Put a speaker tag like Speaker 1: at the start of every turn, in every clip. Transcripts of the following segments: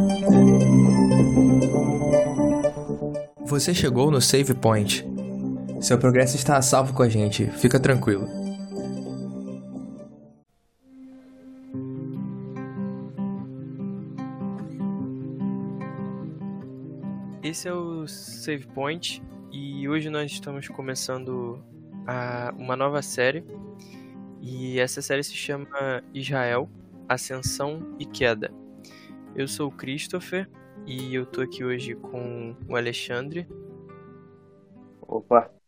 Speaker 1: Você chegou no Save Point. Seu progresso está a salvo com a gente, fica tranquilo.
Speaker 2: Esse é o Save Point e hoje nós estamos começando uma nova série. E essa série se chama Israel, Ascensão e Queda. Eu sou o Christopher e eu tô aqui hoje com o Alexandre.
Speaker 3: Opa,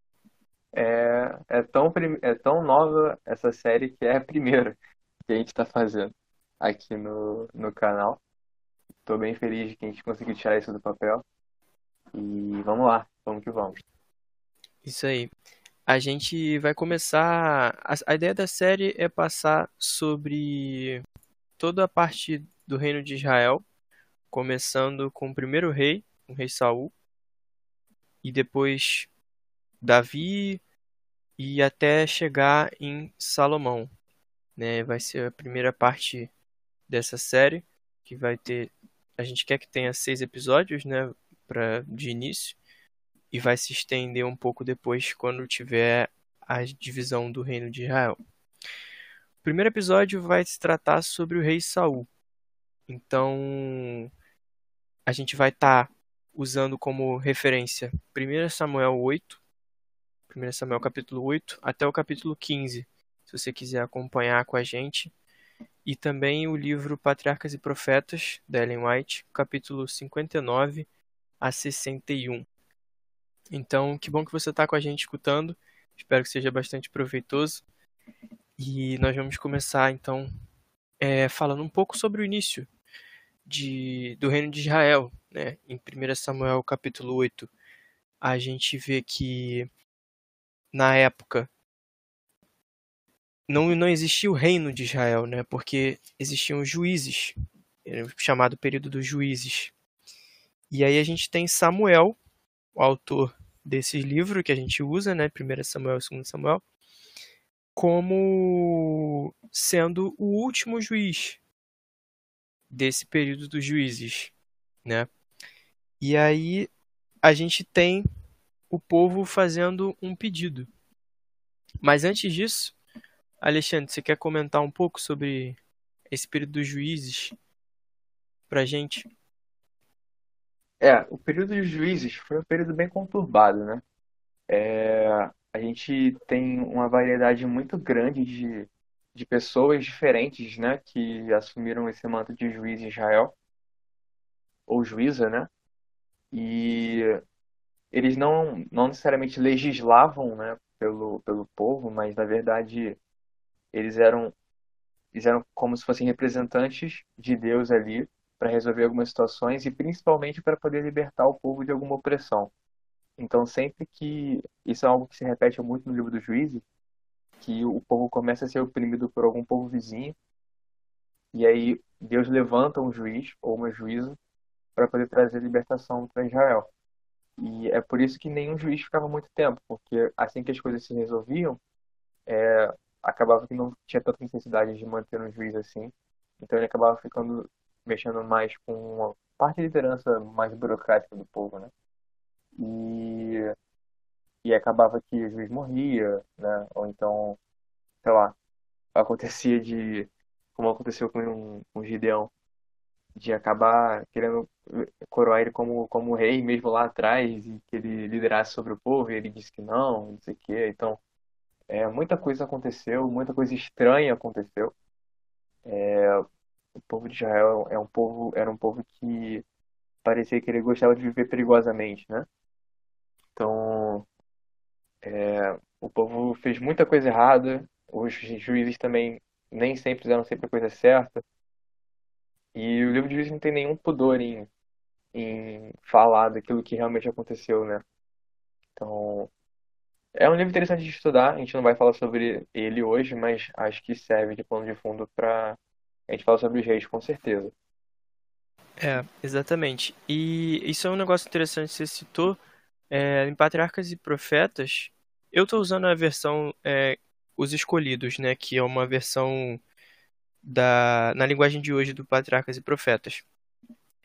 Speaker 3: é tão nova essa série que é a primeira que a gente está fazendo aqui no canal. Estou bem feliz de que a gente conseguiu tirar isso do papel. E vamos lá, vamos que vamos.
Speaker 2: Isso aí. A gente vai começar. A ideia da série é passar sobre toda a parte do reino de Israel, começando com o primeiro rei, o rei Saul, e depois Davi e até chegar em Salomão, né? Vai ser a primeira parte dessa série, que vai ter. A gente quer que tenha 6 episódios, né? De início. E vai se estender um pouco depois, quando tiver a divisão do reino de Israel. O primeiro episódio vai se tratar sobre o rei Saul. Então, a gente vai estar usando como referência 1 Samuel 8, 1 Samuel capítulo 8 até o capítulo 15, se você quiser acompanhar com a gente. E também o livro Patriarcas e Profetas, da Ellen White, capítulo 59 a 61. Então, que bom que você está com a gente escutando. Espero que seja bastante proveitoso. E nós vamos começar, então, falando um pouco sobre o início do reino de Israel, né? Em 1 Samuel capítulo 8, a gente vê que, na época, não existia o reino de Israel, né? Porque existiam os juízes, chamado período dos juízes. E aí a gente tem Samuel, o autor desse livro que a gente usa, né? 1 Samuel e 2 Samuel, como sendo o último juiz desse período dos juízes, né? E aí a gente tem o povo fazendo um pedido. Mas antes disso, Alexandre, você quer comentar um pouco sobre esse período dos juízes pra gente?
Speaker 3: O período dos juízes foi um período bem conturbado, né? A gente tem uma variedade muito grande de pessoas diferentes, né? Que assumiram esse manto de juiz em Israel, ou juíza, né? E eles não necessariamente legislavam, né, pelo povo, mas na verdade eles eram como se fossem representantes de Deus ali para resolver algumas situações e principalmente para poder libertar o povo de alguma opressão. Então sempre que isso é algo que se repete muito no livro dos Juízes, que o povo começa a ser oprimido por algum povo vizinho e aí Deus levanta um juiz ou uma juíza para poder trazer libertação para Israel. E é por isso que nenhum juiz ficava muito tempo, porque assim que as coisas se resolviam, acabava que não tinha tanta necessidade de manter um juiz assim. Então ele acabava ficando mexendo mais com uma parte de liderança mais burocrática do povo, né? E, e acabava que o juiz morria, né? Ou então, sei lá, acontecia como aconteceu com Gideão, de acabar querendo coroar ele como rei mesmo lá atrás e que ele liderasse sobre o povo e ele disse que não sei o quê. Então, muita coisa aconteceu, muita coisa estranha aconteceu. O povo de Israel era um povo que parecia que ele gostava de viver perigosamente, né? Então, o povo fez muita coisa errada, os juízes também nem sempre fizeram sempre a coisa certa. E o livro de Juízes não tem nenhum pudor em falar daquilo que realmente aconteceu, né? Então, é um livro interessante de estudar. A gente não vai falar sobre ele hoje, mas acho que serve de pano de fundo para a gente falar sobre os reis, com certeza.
Speaker 2: Exatamente. E isso é um negócio interessante que você citou. Em Patriarcas e Profetas, eu estou usando a versão Os Escolhidos, né? Que é uma versão na linguagem de hoje do Patriarcas e Profetas.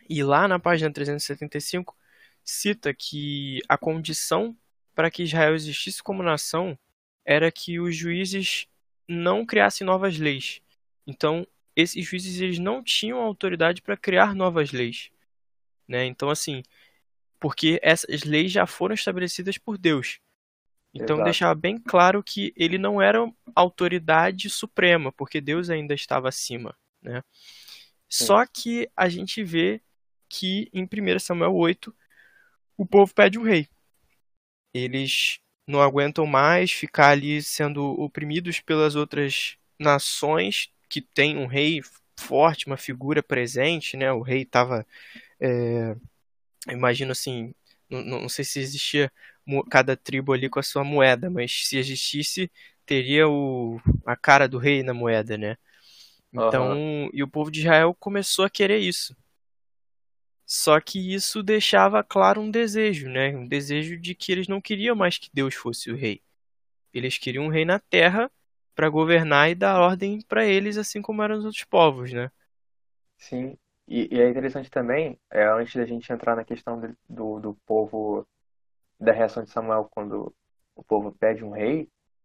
Speaker 2: E lá na página 375 cita que a condição para que Israel existisse como nação era que os juízes não criassem novas leis. Então, esses juízes eles não tinham autoridade para criar novas leis, né? Então, assim, porque essas leis já foram estabelecidas por Deus. Então,
Speaker 3: Exato.
Speaker 2: deixava bem claro que ele não era autoridade suprema, porque Deus ainda estava acima, né?
Speaker 3: Sim.
Speaker 2: Só que a gente vê que em 1 Samuel 8 o povo pede um rei. Eles não aguentam mais ficar ali sendo oprimidos pelas outras nações que têm um rei forte, uma figura presente, né? O rei estava, imagino assim, não sei se existia cada tribo ali com a sua moeda, mas se existisse, teria a cara do rei na moeda, né? Então,
Speaker 3: Aham.
Speaker 2: e o povo de Israel começou a querer isso. Só que isso deixava claro um desejo, né? Um desejo de que eles não queriam mais que Deus fosse o rei. Eles queriam um rei na terra para governar e dar ordem para eles, assim como eram os outros povos, né?
Speaker 3: Sim. E é interessante também, antes da gente entrar na questão do povo, da reação de Samuel quando o povo pede um rei,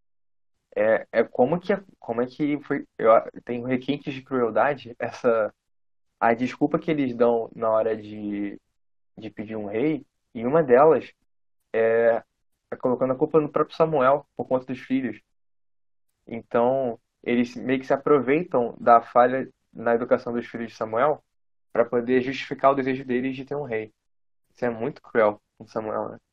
Speaker 3: como é que foi, tem requintes de crueldade, a desculpa que eles dão na hora de pedir um rei, e uma delas é colocando a culpa no próprio Samuel, por conta dos filhos. Então, eles meio que se aproveitam da falha na educação dos filhos de Samuel para poder justificar o desejo deles de ter um rei. Isso é muito cruel com Samuel, né?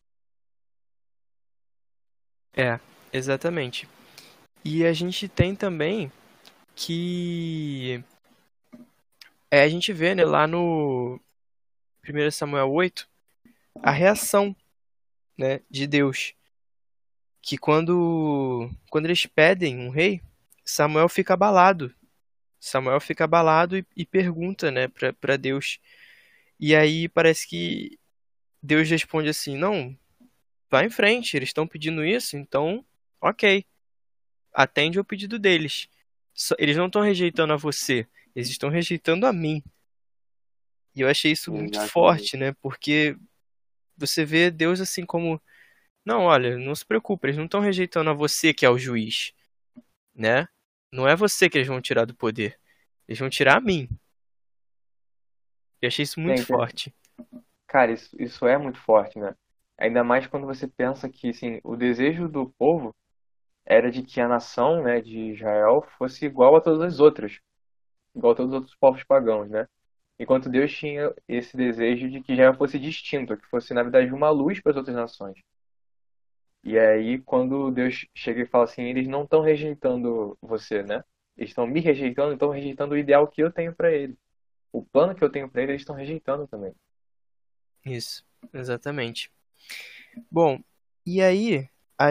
Speaker 2: É, exatamente. E a gente tem também que a gente vê, né, lá no 1 Samuel 8, a reação, né, de Deus, que quando eles pedem um rei, Samuel fica abalado. Samuel fica abalado e pergunta, né, para Deus. E aí parece que Deus responde assim: não, vá em frente, eles estão pedindo isso, então, ok, atende ao pedido deles. Eles não estão rejeitando a você, eles estão rejeitando a mim. E eu achei isso muito
Speaker 3: Exatamente.
Speaker 2: forte, né? Porque você vê Deus assim como: não, olha, não se preocupe, eles não estão rejeitando a você que é o juiz, né? Não é você que eles vão tirar do poder, eles vão tirar a mim. Eu achei isso muito
Speaker 3: Gente,
Speaker 2: forte.
Speaker 3: cara, isso é muito forte, né? Ainda mais quando você pensa que, assim, o desejo do povo era de que a nação, né, de Israel fosse igual a todas as outras, igual a todos os outros povos pagãos, né? Enquanto Deus tinha esse desejo de que Israel fosse distinto, que fosse, na verdade, uma luz para as outras nações. E aí, quando Deus chega e fala assim, eles não estão rejeitando você, né? Eles estão me rejeitando, estão rejeitando o ideal que eu tenho para eles. O plano que eu tenho para eles, eles estão rejeitando também.
Speaker 2: Isso, exatamente. Bom, e aí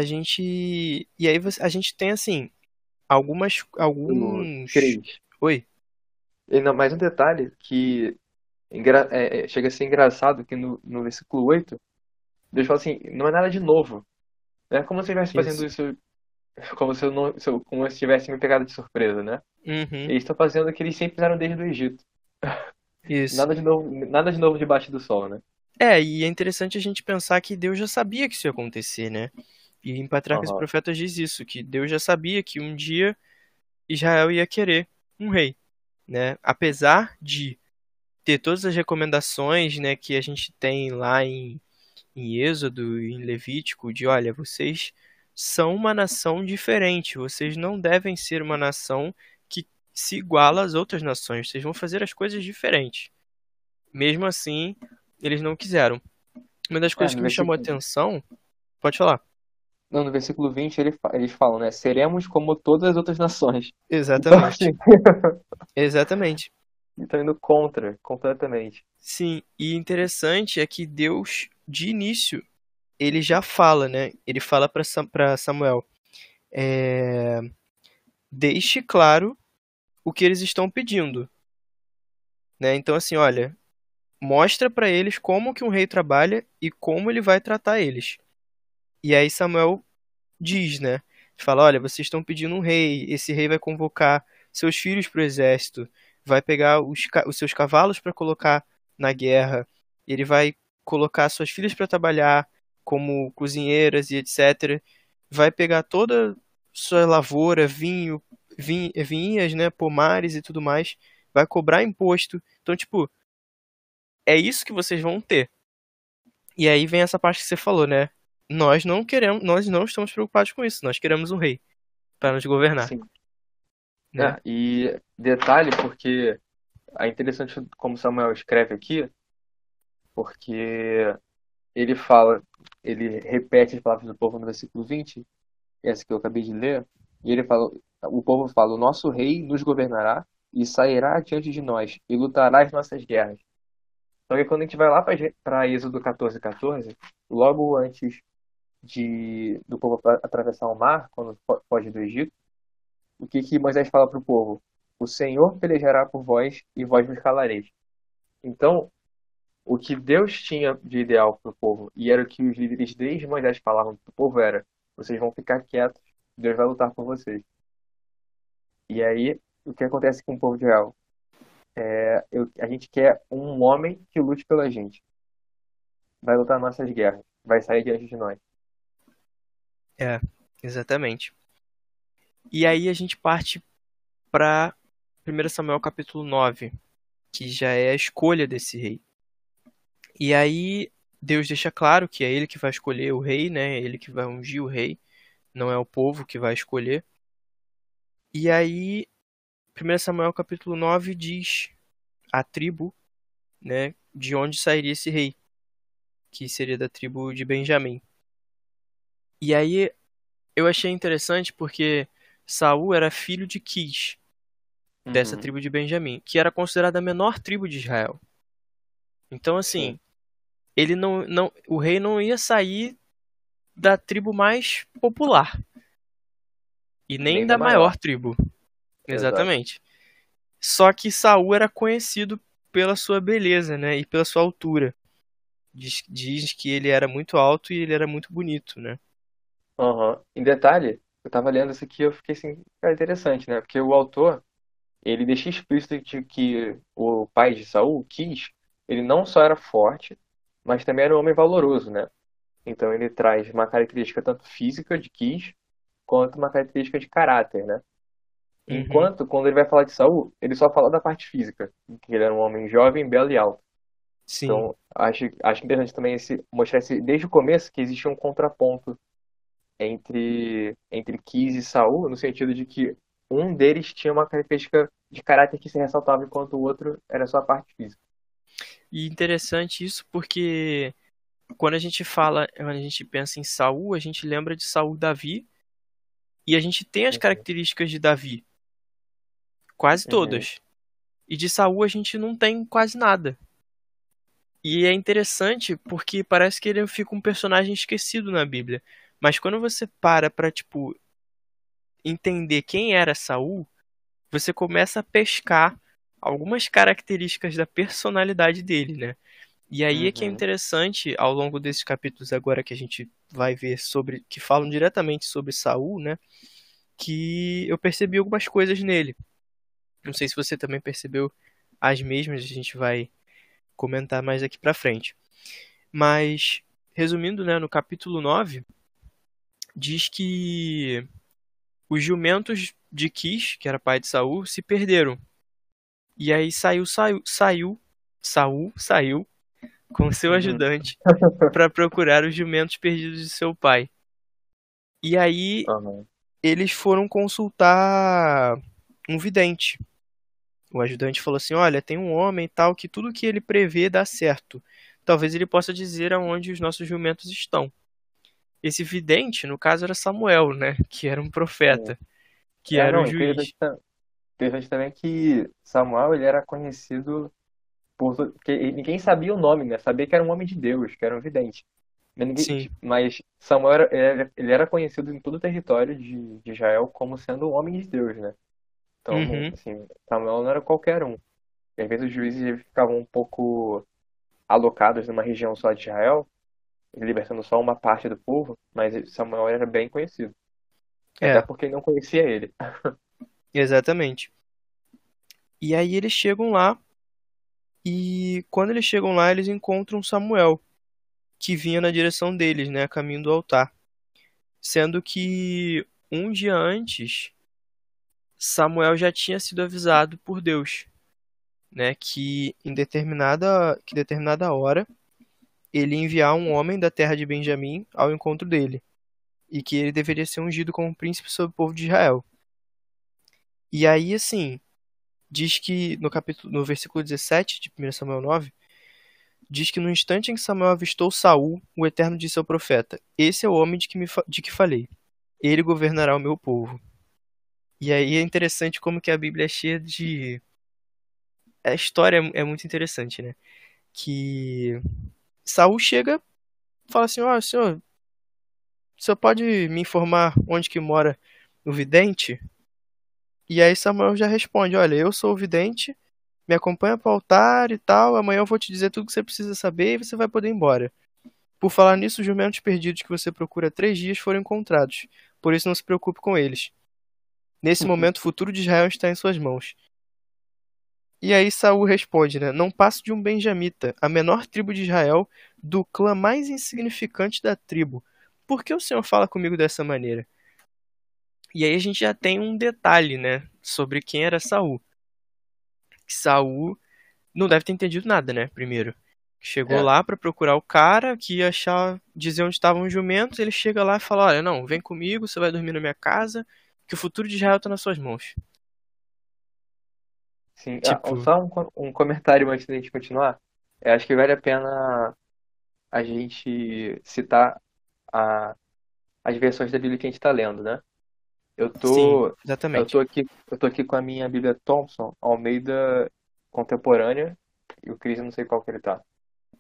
Speaker 2: a gente tem assim
Speaker 3: O
Speaker 2: alguns.
Speaker 3: 3.
Speaker 2: Oi.
Speaker 3: E ainda mais um detalhe que chega a ser engraçado que no versículo 8, Deus fala assim, não é nada de novo. Não é como se eu estivesse fazendo
Speaker 2: Isso.
Speaker 3: isso, como se eu não, se eu, como se tivesse me pegado de surpresa, né?
Speaker 2: Uhum.
Speaker 3: Eles estão fazendo o que eles sempre fizeram desde o Egito.
Speaker 2: Isso.
Speaker 3: Nada de novo debaixo do sol, né?
Speaker 2: E é interessante a gente pensar que Deus já sabia que isso ia acontecer, né? E em Patriarcas e
Speaker 3: Aham.
Speaker 2: Profetas diz isso, que Deus já sabia que um dia Israel ia querer um rei, né? Apesar de ter todas as recomendações, né, que a gente tem lá em Êxodo e em Levítico, de olha, vocês são uma nação diferente, vocês não devem ser uma nação que se iguala às outras nações, vocês vão fazer as coisas diferentes. Mesmo assim, eles não quiseram. Uma das coisas
Speaker 3: No
Speaker 2: que me chamou a
Speaker 3: versículo,
Speaker 2: atenção, pode falar.
Speaker 3: não, no versículo 20 eles falam, né? Seremos como todas as outras nações. Então,
Speaker 2: Exatamente.
Speaker 3: assim,
Speaker 2: Exatamente.
Speaker 3: estão indo contra, completamente.
Speaker 2: Sim, e interessante é que Deus, de início, ele já fala, né? Ele fala para Samuel, é, deixe claro o que eles estão pedindo, né? Então assim, olha, mostra para eles como que um rei trabalha e como ele vai tratar eles. E aí Samuel diz, né? Fala, olha, vocês estão pedindo um rei, esse rei vai convocar seus filhos para o exército, vai pegar os seus cavalos para colocar na guerra, ele vai colocar suas filhas para trabalhar como cozinheiras e etc. Vai pegar toda sua lavoura, vinhas, né, pomares e tudo mais, vai cobrar imposto. Então, tipo, é isso que vocês vão ter. E aí vem essa parte que você falou, né? Nós não estamos preocupados com isso. Nós queremos um rei para nos governar,
Speaker 3: Sim.
Speaker 2: né?
Speaker 3: E detalhe, porque é interessante como Samuel escreve aqui, porque ele fala, ele repete as palavras do povo no versículo 20, essa que eu acabei de ler, e ele fala, o povo fala, o nosso rei nos governará e sairá diante de nós e lutará as nossas guerras. Só que quando a gente vai lá para Êxodo 14:14, logo antes do povo atravessar o mar, quando foge do Egito, o que Moisés fala para o povo? O Senhor pelejará por vós e vós nos calareis. Então, o que Deus tinha de ideal para o povo, e era o que os líderes desde Moisés falavam para o povo, era: vocês vão ficar quietos, Deus vai lutar por vocês. E aí, o que acontece com o povo de Israel? A gente quer um homem que lute pela gente. Vai lutar nossas guerras. Vai sair diante de nós.
Speaker 2: É, exatamente. E aí a gente parte para 1 Samuel capítulo 9, que já é a escolha desse rei. E aí Deus deixa claro que é ele que vai escolher o rei, né? Ele que vai ungir o rei, não é o povo que vai escolher. E aí 1 Samuel capítulo 9 diz a tribo, né, de onde sairia esse rei, que seria da tribo de Benjamim. E aí eu achei interessante porque Saul era filho de Quis, dessa
Speaker 3: Uhum.
Speaker 2: tribo de Benjamim, que era considerada a menor tribo de Israel. Então,
Speaker 3: Sim.
Speaker 2: assim, ele o rei não ia sair da tribo mais popular e nem
Speaker 3: Nem da
Speaker 2: da
Speaker 3: maior.
Speaker 2: maior tribo,
Speaker 3: Exato.
Speaker 2: exatamente. Só que Saul era conhecido pela sua beleza, né, e pela sua altura. Diz que ele era muito alto e ele era muito bonito, né?
Speaker 3: Uhum. Em detalhe, eu tava lendo isso aqui e eu fiquei assim, cara, interessante, né? Porque o autor, ele deixa explícito de que o pai de Saul, Quis, ele não só era forte, mas também era um homem valoroso, né? Então ele traz uma característica tanto física de Quis, quanto uma característica de caráter, né?
Speaker 2: Uhum,
Speaker 3: Enquanto, quando ele vai falar de Saul, ele só fala da parte física, que ele era um homem jovem, belo e alto.
Speaker 2: sim.
Speaker 3: Então, acho interessante também mostrar desde o começo que existe um contraponto entre Quis e Saul, no sentido de que um deles tinha uma característica de caráter que se ressaltava, enquanto o outro era só a parte física.
Speaker 2: E interessante isso porque quando a gente pensa em Saul, a gente lembra de Saul e Davi, e a gente tem as
Speaker 3: Uhum,
Speaker 2: características de Davi, quase
Speaker 3: uhum,
Speaker 2: todas. E de Saul a gente não tem quase nada. E é interessante porque parece que ele fica um personagem esquecido na Bíblia. Mas quando você para pra, tipo, entender quem era Saul, você começa a pescar algumas características da personalidade dele, né? E aí é que é
Speaker 3: uhum.
Speaker 2: interessante, ao longo desses capítulos agora que a gente vai ver sobre, que falam diretamente sobre Saul, né? Que eu percebi algumas coisas nele. Não sei se você também percebeu as mesmas, a gente vai comentar mais aqui pra frente. Mas, resumindo, né, no capítulo 9 diz que os jumentos de Quis, que era pai de Saul, se perderam. E aí Saul saiu com seu
Speaker 3: Uhum.
Speaker 2: ajudante para procurar os jumentos perdidos de seu pai. E aí
Speaker 3: Aham.
Speaker 2: eles foram consultar um vidente. O ajudante falou assim: olha, tem um homem e tal que tudo que ele prevê dá certo. Talvez ele possa dizer aonde os nossos jumentos estão. Esse vidente, no caso, era Samuel, né? Que era um
Speaker 3: Sim.
Speaker 2: profeta, que era o
Speaker 3: Não,
Speaker 2: juiz.
Speaker 3: interessante também que Samuel, ele era conhecido porque ninguém sabia o nome, né? Sabia que era um homem de Deus, que era um vidente.
Speaker 2: Sim.
Speaker 3: Mas Samuel ele era conhecido em todo o território de Israel como sendo um homem de Deus, né? Então,
Speaker 2: Uhum.
Speaker 3: assim, Samuel não era qualquer um. E às vezes os juízes eles ficavam um pouco alocados numa região só de Israel, libertando só uma parte do povo, mas Samuel era bem conhecido. Até
Speaker 2: É,
Speaker 3: porque não conhecia ele.
Speaker 2: exatamente. E aí eles chegam lá E quando eles chegam lá, eles encontram Samuel, que vinha na direção deles, né, a caminho do altar. Sendo que um dia antes, Samuel já tinha sido avisado por Deus, né, que em determinada hora ele ia enviar um homem da terra de Benjamim ao encontro dele, e que ele deveria ser ungido como príncipe sobre o povo de Israel. E aí, assim, diz que no versículo 17 de 1 Samuel 9, diz que no instante em que Samuel avistou Saul, o Eterno disse ao profeta: Esse é o homem de que falei. Ele governará o meu povo. E aí é interessante como que a Bíblia é cheia de... A história é muito interessante, né? Que Saul chega e fala assim: Ó, o senhor pode me informar onde que mora o vidente? E aí Samuel já responde: Olha, eu sou o vidente, me acompanha para o altar e tal, amanhã eu vou te dizer tudo que você precisa saber e você vai poder ir embora. Por falar nisso, os jumentos perdidos que você procura há 3 dias foram encontrados, por isso não se preocupe com eles. Nesse momento, o futuro de Israel está em suas mãos. E aí Saul responde, né? Não passo de um benjamita, a menor tribo de Israel, do clã mais insignificante da tribo. Por que o senhor fala comigo dessa maneira? E aí a gente já tem um detalhe, né? Sobre quem era Saul. Saul não deve ter entendido nada, né? Primeiro. Chegou
Speaker 3: É,
Speaker 2: lá pra procurar o cara que ia dizer onde estavam os jumentos. Ele chega lá e fala: Olha, não, vem comigo, você vai dormir na minha casa, que o futuro de Israel tá nas suas mãos.
Speaker 3: sim.
Speaker 2: Tipo,
Speaker 3: Só um comentário antes da gente continuar. Eu acho que vale a pena a gente citar a, as versões da Bíblia que a gente está lendo, né? Eu
Speaker 2: sim,
Speaker 3: tô,
Speaker 2: exatamente.
Speaker 3: eu tô aqui com a minha Bíblia Thompson, Almeida Contemporânea, e o Cris eu não sei qual que ele tá.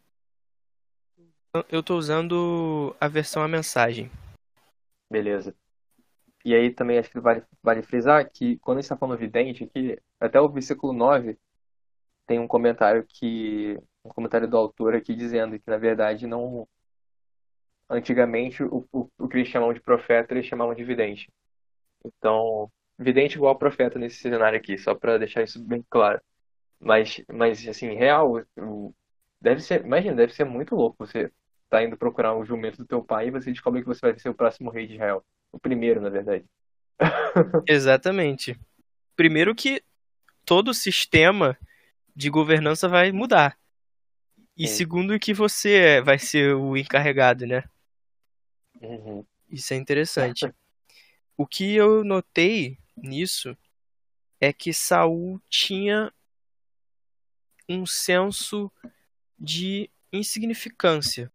Speaker 2: Eu tô usando a versão a mensagem.
Speaker 3: Beleza. E aí também acho que vale frisar que quando a gente está falando vidente aqui, até o versículo 9 tem um comentário do autor aqui dizendo que na verdade não, antigamente o que eles chamavam de profeta, eles chamavam de vidente. Então, vidente igual profeta nesse cenário aqui, só para deixar isso bem claro. Mas assim, real, deve ser, imagina, deve ser muito louco você tá indo procurar o jumento do teu pai e você descobre que você vai ser o próximo rei de Israel. O primeiro, na verdade.
Speaker 2: Exatamente. Primeiro que todo o sistema de governança vai mudar. E
Speaker 3: Sim.
Speaker 2: segundo que você vai ser o encarregado, né?
Speaker 3: Uhum.
Speaker 2: Isso é interessante. O que eu notei nisso é que Saul tinha um senso de insignificância,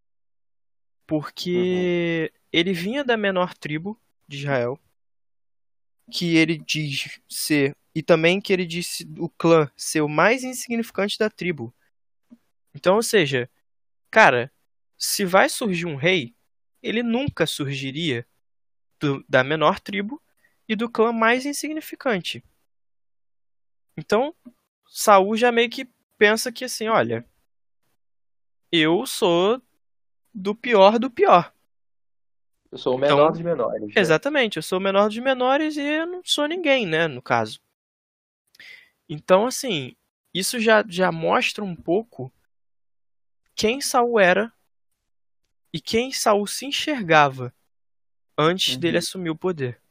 Speaker 3: Uhum.
Speaker 2: porque ele vinha da menor tribo de Israel, que ele diz ser, e também que ele disse o clã ser o mais insignificante da tribo. Então, ou seja, cara, se vai surgir um rei, ele nunca surgiria da menor tribo e do clã mais insignificante. Então, Saul já meio que pensa que assim, olha, eu sou do pior do pior.
Speaker 3: Eu sou o menor
Speaker 2: Então,
Speaker 3: dos menores, né?
Speaker 2: exatamente, eu sou o menor dos menores e eu não sou ninguém, né, no caso. Então, assim, isso já mostra um pouco quem Saul era e quem Saul se enxergava antes dele
Speaker 3: Uhum.
Speaker 2: assumir o poder.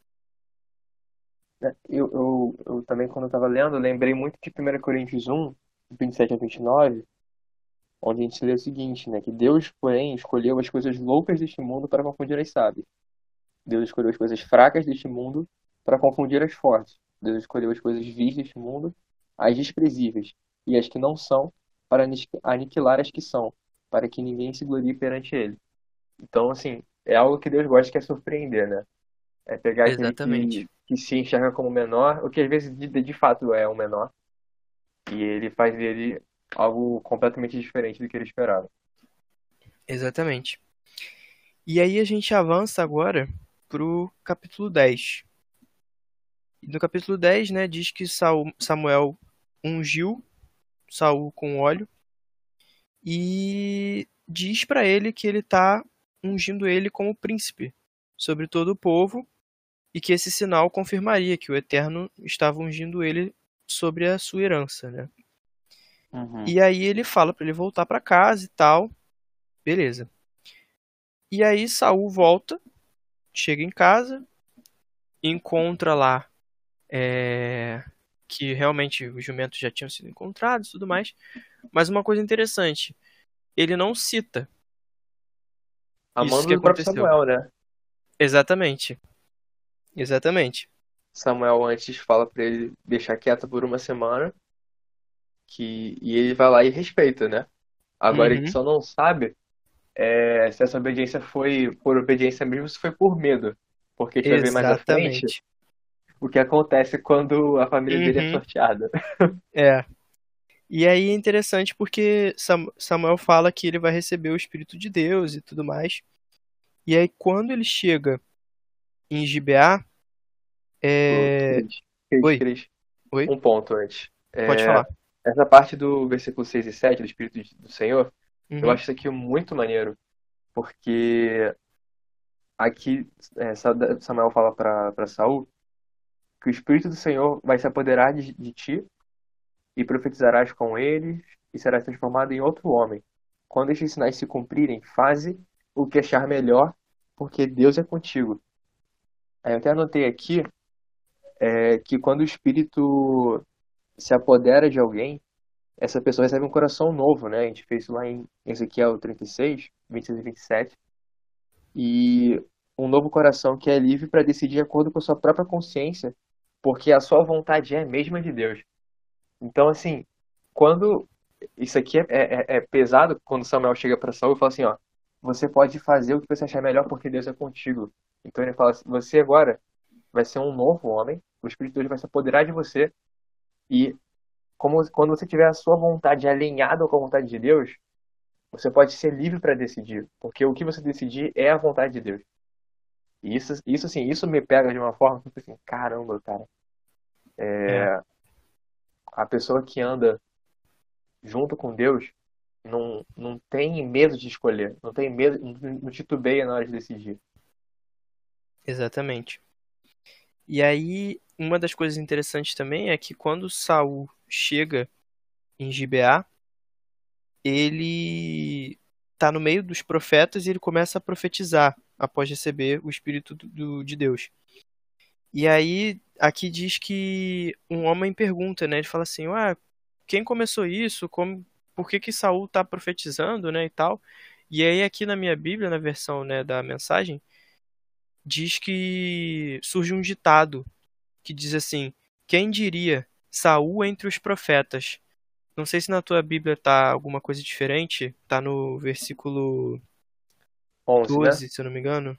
Speaker 3: Eu também, quando eu estava lendo, lembrei muito de 1 Coríntios 1, 27 a 29, onde a gente lê o seguinte, né? Que Deus, porém, escolheu as coisas loucas deste mundo para confundir as sábias. Deus escolheu as coisas fracas deste mundo para confundir as fortes. Deus escolheu as coisas vis deste mundo, as desprezíveis, e as que não são, para aniquilar as que são, para que ninguém se glorie perante ele. Então, assim, é algo que Deus gosta, que é surpreender, né? É pegar aquele
Speaker 2: Exatamente.
Speaker 3: que se enxerga como menor, o que às vezes de fato é o menor, e ele faz dele algo completamente diferente do que ele esperava.
Speaker 2: Exatamente. E aí a gente avança agora pro capítulo 10. E no capítulo 10, né, diz que Samuel ungiu Saul com óleo e diz para ele que ele tá ungindo ele como príncipe sobre todo o povo e que esse sinal confirmaria que o Eterno estava ungindo ele sobre a sua herança, né?
Speaker 3: Uhum.
Speaker 2: E aí ele fala pra ele voltar pra casa e tal. Beleza. E aí Saul volta, chega em casa, encontra lá que realmente os jumentos já tinham sido encontrados e tudo mais. Mas uma coisa interessante, ele não cita
Speaker 3: A
Speaker 2: isso
Speaker 3: mando
Speaker 2: que
Speaker 3: do próprio
Speaker 2: aconteceu.
Speaker 3: Samuel, né?
Speaker 2: Exatamente. Exatamente.
Speaker 3: Samuel antes fala pra ele deixar quieto por uma semana, e ele vai lá e respeita, né? Agora ele
Speaker 2: Uhum.
Speaker 3: só não sabe se essa obediência foi por obediência mesmo, ou se foi por medo. Porque a gente vai ver mais à frente
Speaker 2: Exatamente.
Speaker 3: o que acontece quando a família dele é
Speaker 2: Uhum.
Speaker 3: sorteada.
Speaker 2: É. E aí é interessante porque Samuel fala que ele vai receber o Espírito de Deus e tudo mais. E aí quando ele chega em Gibeá,
Speaker 3: Ô,
Speaker 2: é... Oi,
Speaker 3: Cris,
Speaker 2: oi,
Speaker 3: um ponto antes.
Speaker 2: pode falar.
Speaker 3: Essa parte do versículo 6 e 7 do Espírito do Senhor, eu
Speaker 2: Uhum.
Speaker 3: acho isso aqui muito maneiro. Porque aqui Samuel fala para Saul que o Espírito do Senhor vai se apoderar de ti e profetizarás com eles e serás transformado em outro homem. Quando estes sinais se cumprirem, faze o que achar melhor, porque Deus é contigo. Aí eu até anotei aqui que quando o Espírito se apodera de alguém, essa pessoa recebe um coração novo, né? A gente fez isso lá em Ezequiel 36, 26 e 27. E um novo coração que é livre para decidir de acordo com a sua própria consciência, porque a sua vontade é a mesma de Deus. Então, assim, quando isso aqui é pesado, quando Samuel chega para Saul e fala assim, ó, você pode fazer o que você achar melhor porque Deus é contigo. Então ele fala assim, você agora vai ser um novo homem, o Espírito de Deus vai se apoderar de você e quando você tiver a sua vontade alinhada com a vontade de Deus, você pode ser livre para decidir, porque o que você decidir é a vontade de Deus. E isso assim, isso me pega de uma forma que eu fico assim, caramba, cara,
Speaker 2: É,
Speaker 3: a pessoa que anda junto com Deus não tem medo de escolher, não tem medo, não titubeia na hora de decidir.
Speaker 2: exatamente. E aí, uma das coisas interessantes também é que quando Saul chega em Gibeá, ele tá no meio dos profetas e ele começa a profetizar após receber o Espírito de Deus. E aí, aqui diz que um homem pergunta, né? Ele fala assim, quem começou isso? Por que que Saul tá profetizando, né, e tal? E aí, aqui na minha Bíblia, na versão, né, da mensagem, diz que surge um ditado que diz assim: quem diria Saul entre os profetas? Não sei se na tua Bíblia tá alguma coisa diferente. Tá no versículo
Speaker 3: 11, né?
Speaker 2: 12, se eu não me engano.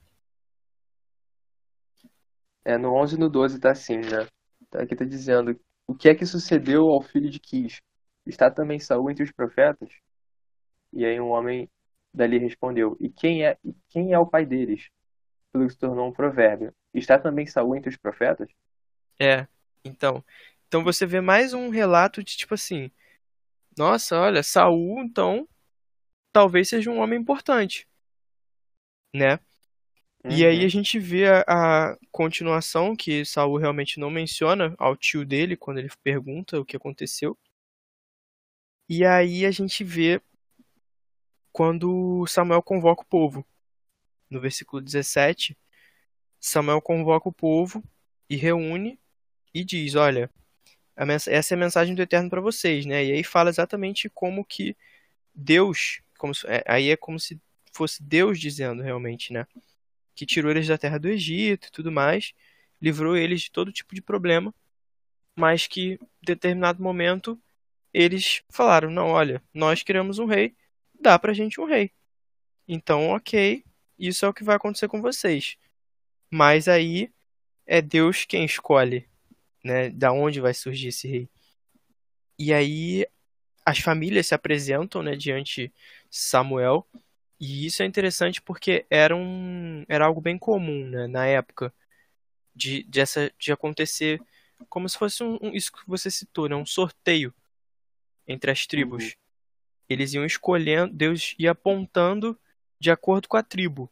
Speaker 3: No 11 e no 12 tá assim, né? Tá, aqui tá dizendo, o que é que sucedeu ao filho de Quis? Está também Saul entre os profetas? E aí um homem dali respondeu, e quem é o pai deles? Tudo que se tornou um provérbio. Está também Saul entre os profetas?
Speaker 2: É, então. Então você vê mais um relato de tipo assim: nossa, olha, Saul, então, talvez seja um homem importante, né? E aí a
Speaker 3: Uhum.
Speaker 2: gente vê a continuação que Saul realmente não menciona ao tio dele quando ele pergunta o que aconteceu. E aí a gente vê quando Samuel convoca o povo. No versículo 17, Samuel convoca o povo e reúne e diz: olha, essa é a mensagem do Eterno para vocês, né? E aí fala exatamente como que Deus, aí é como se fosse Deus dizendo realmente, né? Que tirou eles da terra do Egito e tudo mais, livrou eles de todo tipo de problema, mas que em determinado momento eles falaram: não, olha, nós queremos um rei, dá pra gente um rei. Então, ok, isso é o que vai acontecer com vocês. Mas aí é Deus quem escolhe, né, da onde vai surgir esse rei. E aí as famílias se apresentam, né, diante de Samuel, e isso é interessante porque era algo bem comum, né, na época de acontecer como se fosse isso que você citou, né, um sorteio entre as
Speaker 3: Uhum.
Speaker 2: tribos. Eles iam escolhendo, Deus ia apontando de acordo com a tribo.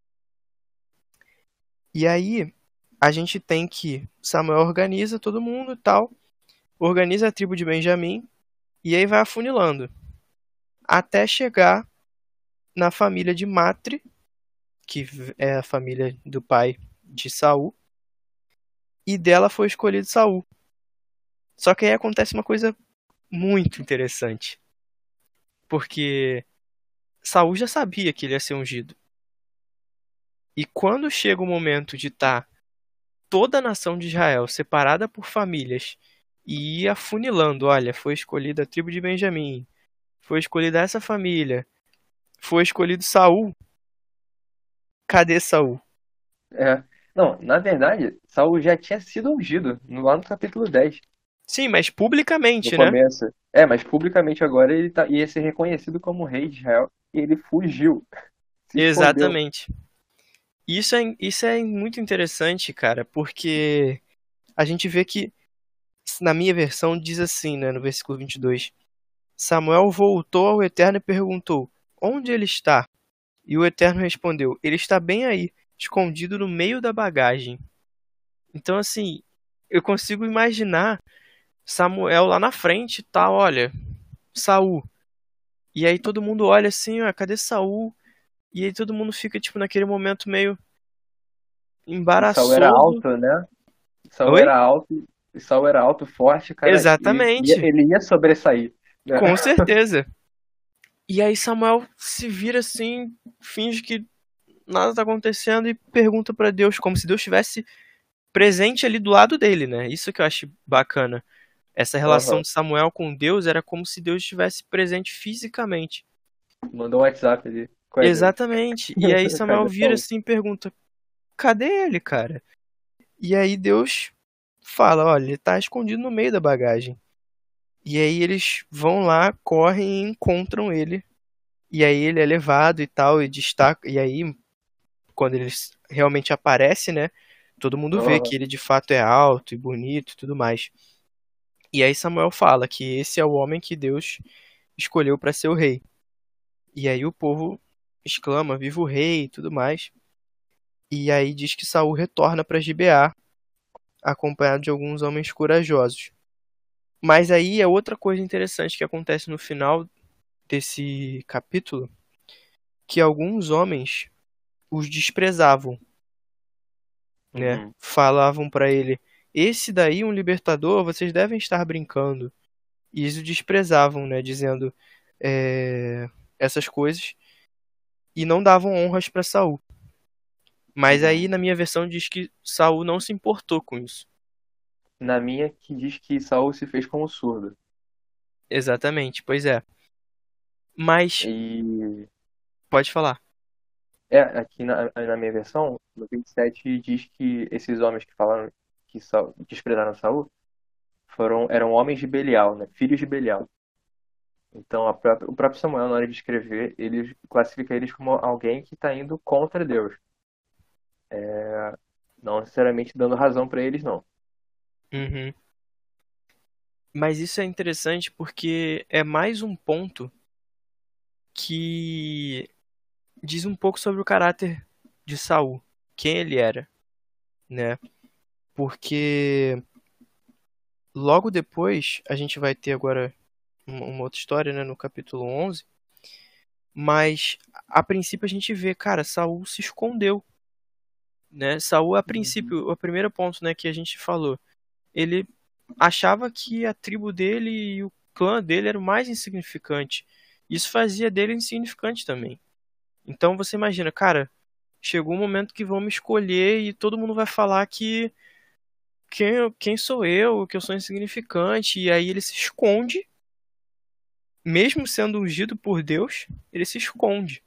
Speaker 2: E aí a gente tem que Samuel organiza todo mundo e tal, organiza a tribo de Benjamim E aí vai afunilando, até chegar na família de Matre, que é a família do pai de Saul, e dela foi escolhido Saul. Só que aí acontece uma coisa muito interessante, porque Saul já sabia que ele ia ser ungido. E quando chega o momento de estar toda a nação de Israel separada por famílias e ir afunilando, olha, foi escolhida a tribo de Benjamim, foi escolhida essa família, foi escolhido Saul. Cadê Saul?
Speaker 3: É. Não, na verdade, Saul já tinha sido ungido lá no capítulo 10,
Speaker 2: Sim, mas
Speaker 3: no
Speaker 2: publicamente, né?
Speaker 3: começo. Mas publicamente agora ele ia ser reconhecido como rei de Israel e ele fugiu, se escondeu.
Speaker 2: Exatamente. Isso é muito interessante, cara, porque a gente vê que, na minha versão, diz assim, né, no versículo 22. Samuel voltou ao Eterno e perguntou: onde ele está? E o Eterno respondeu: ele está bem aí, escondido no meio da bagagem. Então, assim, eu consigo imaginar Samuel lá na frente, tá, olha, Saul. E aí todo mundo olha assim, ó, cadê Saul? E aí todo mundo fica, tipo, naquele momento meio
Speaker 3: E Saul era
Speaker 2: embaraçoso.
Speaker 3: alto, né? Saul
Speaker 2: Oi?
Speaker 3: era alto, e Saul era alto, forte, cara, e
Speaker 2: Exatamente,
Speaker 3: ele ia sobressair, né?
Speaker 2: com certeza. E aí Samuel se vira assim, finge que nada tá acontecendo e pergunta pra Deus, como se Deus estivesse presente ali do lado dele, né? Isso que eu acho bacana. Essa relação
Speaker 3: Aham.
Speaker 2: de Samuel com Deus era como se Deus estivesse presente fisicamente.
Speaker 3: Mandou um WhatsApp ali. Qual é, Deus?
Speaker 2: Exatamente. E aí Samuel
Speaker 3: Cadê
Speaker 2: vira
Speaker 3: Saul?
Speaker 2: assim e pergunta: cadê ele, cara? E aí Deus fala: olha, ele tá escondido no meio da bagagem. E aí eles vão lá, correm e encontram ele. E aí ele é levado e tal, e destaca. E aí, quando ele realmente aparece, né? Todo mundo vê
Speaker 3: Aham.
Speaker 2: que ele de fato é alto e bonito e tudo mais. E aí Samuel fala que esse é o homem que Deus escolheu para ser o rei. E aí o povo exclama: viva o rei e tudo mais. E aí diz que Saul retorna para Gibeá, acompanhado de alguns homens corajosos. Mas aí é outra coisa interessante que acontece no final desse capítulo, que alguns homens os desprezavam, né?
Speaker 3: Uhum.
Speaker 2: Falavam para ele: esse daí, um libertador, vocês devem estar brincando. E eles o desprezavam, né? Dizendo essas coisas e não davam honras para Saul. Mas aí
Speaker 3: Uhum.
Speaker 2: na minha versão diz que Saul não se importou com isso.
Speaker 3: Na minha que diz que Saul se fez como surdo.
Speaker 2: Exatamente, pois é. Mas
Speaker 3: E
Speaker 2: pode falar.
Speaker 3: aqui na minha versão, no 27 diz que esses homens que falaram que desprezaram Saul eram homens de Belial, né? Filhos de Belial. Então, o próprio Samuel, na hora de escrever, ele classifica eles como alguém que está indo contra Deus. Não necessariamente dando razão para eles, não.
Speaker 2: Uhum. Mas isso é interessante porque é mais um ponto que diz um pouco sobre o caráter de Saul, quem ele era, né? Porque logo depois a gente vai ter agora uma outra história, né, no capítulo 11, mas a princípio a gente vê, cara, Saul se escondeu, né? Saul, a
Speaker 3: Uhum.
Speaker 2: princípio, o primeiro ponto, né, que a gente falou, ele achava que a tribo dele e o clã dele era o mais insignificante. Isso fazia dele insignificante também. Então você imagina, cara, chegou um momento que vão me escolher e todo mundo vai falar que quem sou eu, que eu sou insignificante, e aí ele se esconde, mesmo sendo ungido por Deus, ele se esconde.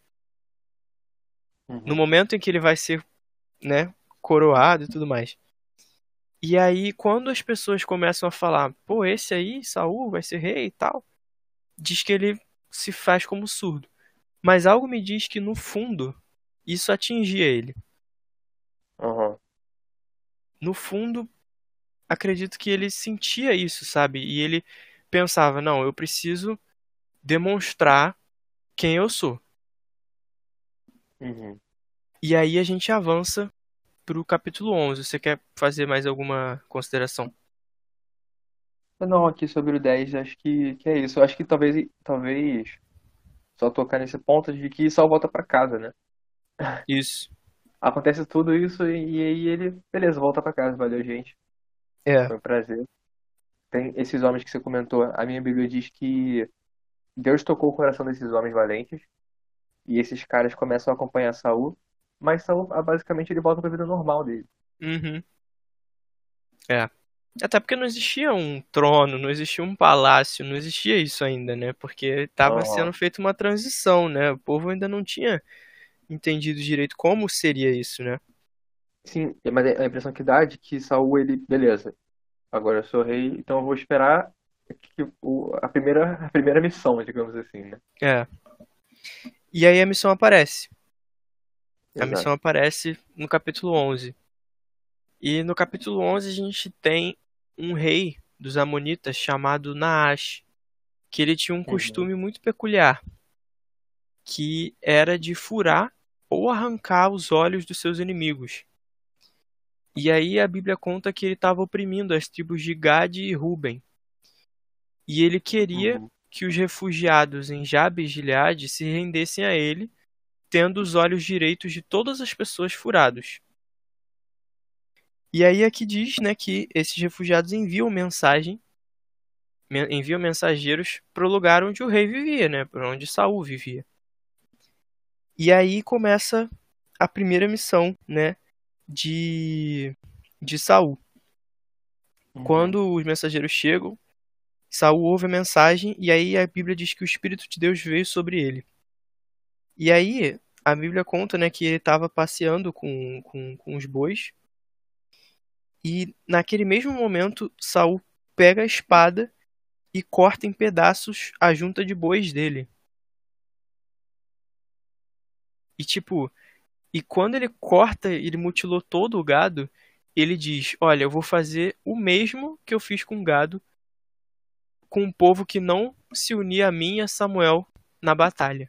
Speaker 2: No
Speaker 3: Uhum.
Speaker 2: momento em que ele vai ser, né, coroado e tudo mais. E aí, quando as pessoas começam a falar, pô, esse aí, Saul, vai ser rei e tal, diz que ele se faz como surdo. Mas algo me diz que, no fundo, isso atingia ele.
Speaker 3: Uhum.
Speaker 2: No fundo, acredito que ele sentia isso, sabe? E ele pensava, não, eu preciso demonstrar quem eu sou.
Speaker 3: Uhum.
Speaker 2: E aí a gente avança pro capítulo 11. Você quer fazer mais alguma consideração?
Speaker 3: Não, aqui sobre o 10, acho que é isso. Eu acho que talvez só tocar nesse ponto de que Saul volta pra casa, né?
Speaker 2: Isso.
Speaker 3: Acontece tudo isso e aí ele, beleza, volta pra casa. Valeu, gente.
Speaker 2: É.
Speaker 3: Foi um prazer. Tem esses homens que você comentou. A minha Bíblia diz que Deus tocou o coração desses homens valentes e esses caras começam a acompanhar Saul, mas Saul, basicamente, ele volta pra vida normal dele.
Speaker 2: Uhum. É. Até porque não existia um trono, não existia um palácio, não existia isso ainda, né? Porque estava
Speaker 3: Aham.
Speaker 2: sendo feita uma transição, né? O povo ainda não tinha entendido direito como seria isso, né?
Speaker 3: Sim, mas a impressão que dá é de que Saul, ele, beleza, agora eu sou rei, então eu vou esperar a primeira missão, digamos assim, né?
Speaker 2: É. E aí a missão aparece. A missão
Speaker 3: Exato.
Speaker 2: aparece no capítulo 11. E no capítulo 11 a gente tem um rei dos Amonitas chamado Naash, que ele tinha um
Speaker 3: Uhum.
Speaker 2: costume muito peculiar, que era de furar ou arrancar os olhos dos seus inimigos. E aí a Bíblia conta que ele estava oprimindo as tribos de Gade e Ruben. E ele queria
Speaker 3: Uhum.
Speaker 2: que os refugiados em Jabes de Gileade se rendessem a ele, tendo os olhos direitos de todas as pessoas furados. E aí aqui diz, né, que esses refugiados enviam mensageiros para o lugar onde o rei vivia, né, para onde Saul vivia. E aí começa a primeira missão, né, de Saul.
Speaker 3: Uhum.
Speaker 2: Quando os mensageiros chegam, Saul ouve a mensagem e aí a Bíblia diz que o Espírito de Deus veio sobre ele. E aí a Bíblia conta, né, que ele estava passeando com os bois e naquele mesmo momento Saul pega a espada e corta em pedaços a junta de bois dele. E tipo, e quando ele corta, ele mutilou todo o gado, ele diz: "Olha, eu vou fazer o mesmo que eu fiz com o gado, com um povo que não se unir a mim e a Samuel na batalha."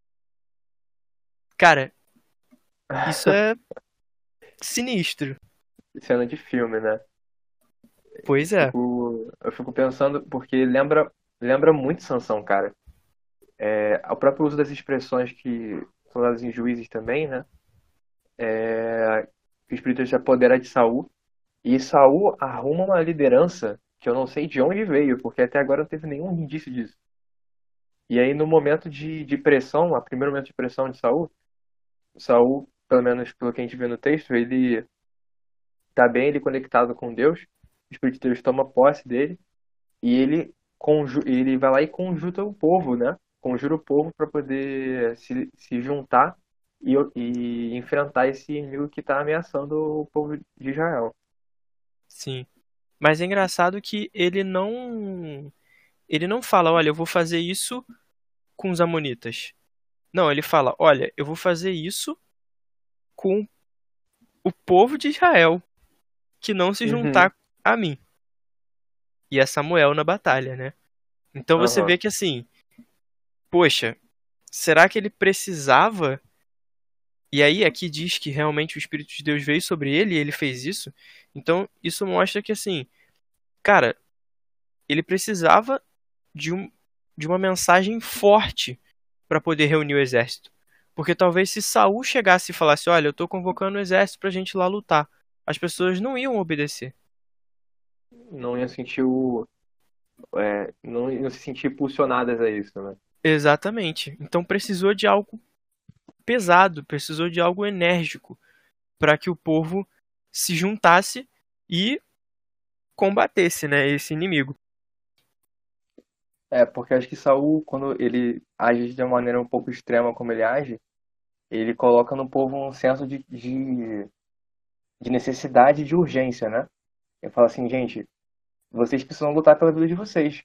Speaker 2: Cara, isso é sinistro.
Speaker 3: Cena de filme, né?
Speaker 2: Pois é.
Speaker 3: Eu fico pensando, porque lembra muito Sansão, cara. O próprio uso das expressões que são usadas em Juízes também, né? Que o Espírito se apodera de Saul. E Saul arruma uma liderança que eu não sei de onde veio, porque até agora não teve nenhum indício disso. E aí, no momento de pressão, o primeiro momento de pressão de Saul, pelo menos pelo que a gente vê no texto, ele tá bem ele conectado com Deus, o Espírito de Deus toma posse dele, e ele vai lá e conjunta o povo, né? Conjura o povo para poder se juntar e enfrentar esse inimigo que está ameaçando o povo de Israel.
Speaker 2: Sim. Mas é engraçado que ele não fala, olha, eu vou fazer isso com os amonitas. Não, ele fala, olha, eu vou fazer isso com o povo de Israel, que não se
Speaker 3: Uhum,
Speaker 2: juntar a mim e a Samuel na batalha, né? Então você
Speaker 3: aham.
Speaker 2: vê que assim, poxa, será que ele precisava? E aí aqui diz que realmente o Espírito de Deus veio sobre ele e ele fez isso. Então isso mostra que assim, cara, ele precisava de, um, de uma mensagem forte para poder reunir o exército. Porque talvez se Saul chegasse e falasse, olha, eu tô convocando o exército pra gente ir lá lutar, as pessoas não iam obedecer.
Speaker 3: Não ia sentir não iam se sentir impulsionadas a isso, né?
Speaker 2: Exatamente. Então precisou de algo pesado, precisou de algo enérgico para que o povo se juntasse e combatesse, né, esse inimigo.
Speaker 3: Porque acho que Saul, quando ele age de uma maneira um pouco extrema como ele age, ele coloca no povo um senso de necessidade e de urgência, né? Ele fala assim, gente, vocês precisam lutar pela vida de vocês.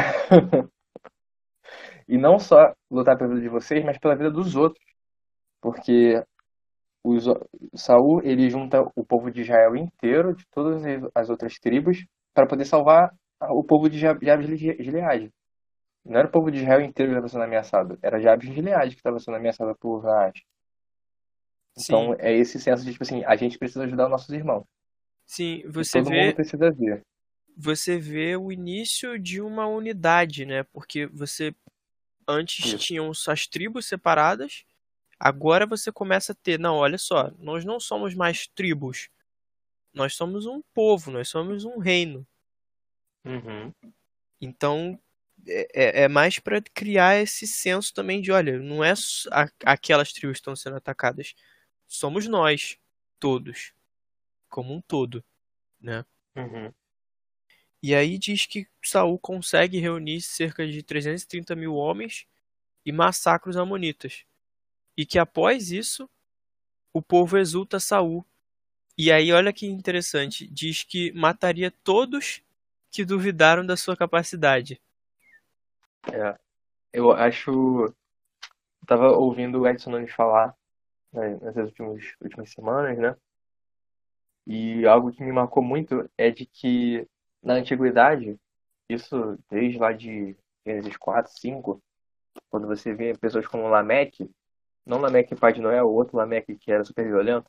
Speaker 3: E não só lutar pela vida de vocês, mas pela vida dos outros. Porque os, Saul, ele junta o povo de Israel inteiro, de todas as outras tribos, para poder salvar o povo de Jabes de Gileade. Não era o povo de Israel inteiro que estava sendo ameaçado, era Jabes de Gileade que estava sendo ameaçado por Raash.
Speaker 2: Sim,
Speaker 3: Então é esse senso de, tipo assim, a gente precisa ajudar os nossos irmãos.
Speaker 2: sim,
Speaker 3: E
Speaker 2: você
Speaker 3: todo mundo
Speaker 2: vê,
Speaker 3: precisa ver.
Speaker 2: você vê o início de uma unidade, né? Porque você antes
Speaker 3: Isso.
Speaker 2: tinham as tribos separadas, agora você começa a ter, não, olha só, nós não somos mais tribos, nós somos um povo, nós somos um reino.
Speaker 3: Uhum.
Speaker 2: Então é mais para criar esse senso também de, olha, não é aquelas tribos que estão sendo atacadas, somos nós, todos, como um todo, né?
Speaker 3: Uhum.
Speaker 2: E aí diz que Saul consegue reunir cerca de 330 mil homens e massacra os amonitas. E que após isso, o povo exulta Saul. E aí olha que interessante, diz que mataria todos que duvidaram da sua capacidade.
Speaker 3: É. Eu acho. Tava ouvindo o Edson Nunes falar, né, nessas últimas semanas, né? E algo que me marcou muito é de que na antiguidade, isso desde lá de Gênesis 4, 5, quando você vê pessoas como Lameque, não Lameque pai de Noé, o outro Lameque que era super violento,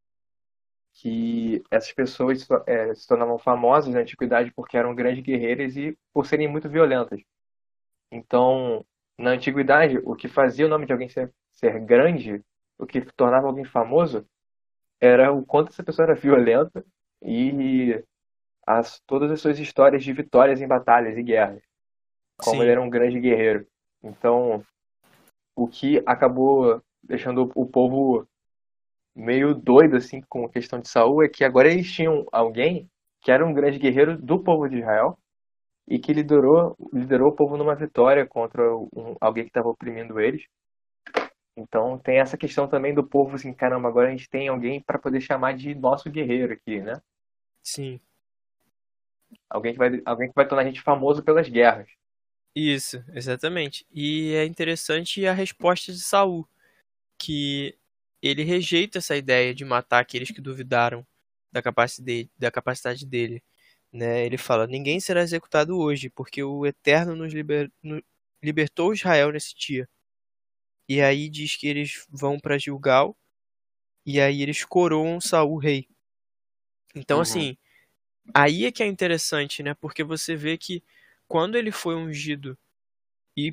Speaker 3: que essas pessoas se tornavam famosas na antiguidade porque eram grandes guerreiras e por serem muito violentas. Então, na antiguidade, o que fazia o nome de alguém ser grande, o que tornava alguém famoso, era o quanto essa pessoa era violenta e todas as suas histórias de vitórias em batalhas e guerras, como ele
Speaker 2: Sim,
Speaker 3: era um grande guerreiro. Então, o que acabou deixando o povo meio doido assim com a questão de Saul é que agora eles tinham alguém que era um grande guerreiro do povo de Israel e que liderou o povo numa vitória contra alguém que estava oprimindo eles. Então tem essa questão também do povo assim, caramba, agora a gente tem alguém para poder chamar de nosso guerreiro aqui, né?
Speaker 2: sim.
Speaker 3: Alguém que vai tornar a gente famoso pelas guerras.
Speaker 2: Isso, exatamente. E é interessante a resposta de Saul, que ele rejeita essa ideia de matar aqueles que duvidaram da capacidade dele, né? Ele fala: ninguém será executado hoje, porque o Eterno libertou Israel nesse dia. E aí diz que eles vão para Gilgal e aí eles coroam Saul rei. Então
Speaker 3: Uhum.
Speaker 2: assim, aí é que é interessante, né? Porque você vê que quando ele foi ungido e,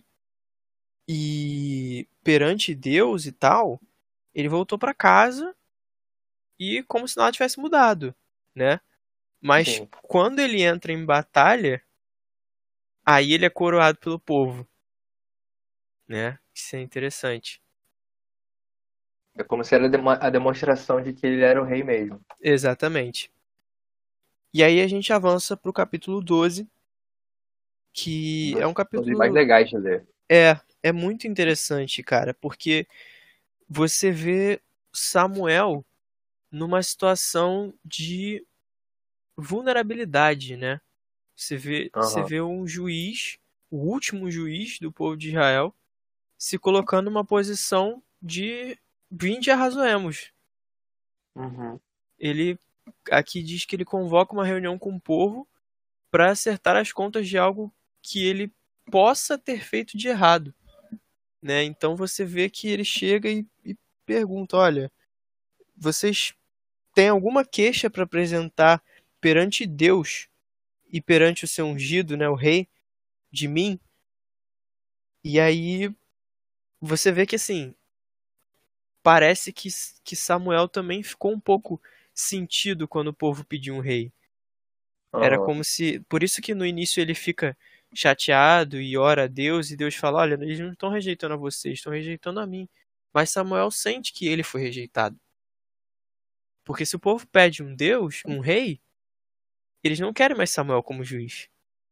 Speaker 2: e perante Deus e tal, ele voltou para casa e como se nada tivesse mudado, né? Mas
Speaker 3: Sim.
Speaker 2: quando ele entra em batalha, aí ele é coroado pelo povo, né? Isso é interessante.
Speaker 3: É como se era a demonstração de que ele era o rei mesmo.
Speaker 2: Exatamente. E aí a gente avança pro capítulo 12, que é um
Speaker 3: São os mais
Speaker 2: capítulo
Speaker 3: legais de ler.
Speaker 2: é muito interessante, cara, porque você vê Samuel numa situação de vulnerabilidade, né? Você
Speaker 3: Aham.
Speaker 2: vê um juiz, o último juiz do povo de Israel, se colocando numa posição de vinde arrazoemos.
Speaker 3: Uhum.
Speaker 2: Ele aqui diz que ele convoca uma reunião com o povo para acertar as contas de algo que ele possa ter feito de errado, né? Então você vê que ele chega e pergunta, olha, vocês têm alguma queixa para apresentar perante Deus e perante o seu ungido, né, o rei, de mim? E aí você vê que assim, parece que Samuel também ficou um pouco sentido quando o povo pediu um rei. Era
Speaker 3: Aham.
Speaker 2: como se. Por isso que no início ele fica chateado e ora a Deus, e Deus fala: olha, eles não estão rejeitando a vocês, estão rejeitando a mim. Mas Samuel sente que ele foi rejeitado. Porque se o povo pede um Deus, um rei, eles não querem mais Samuel como juiz.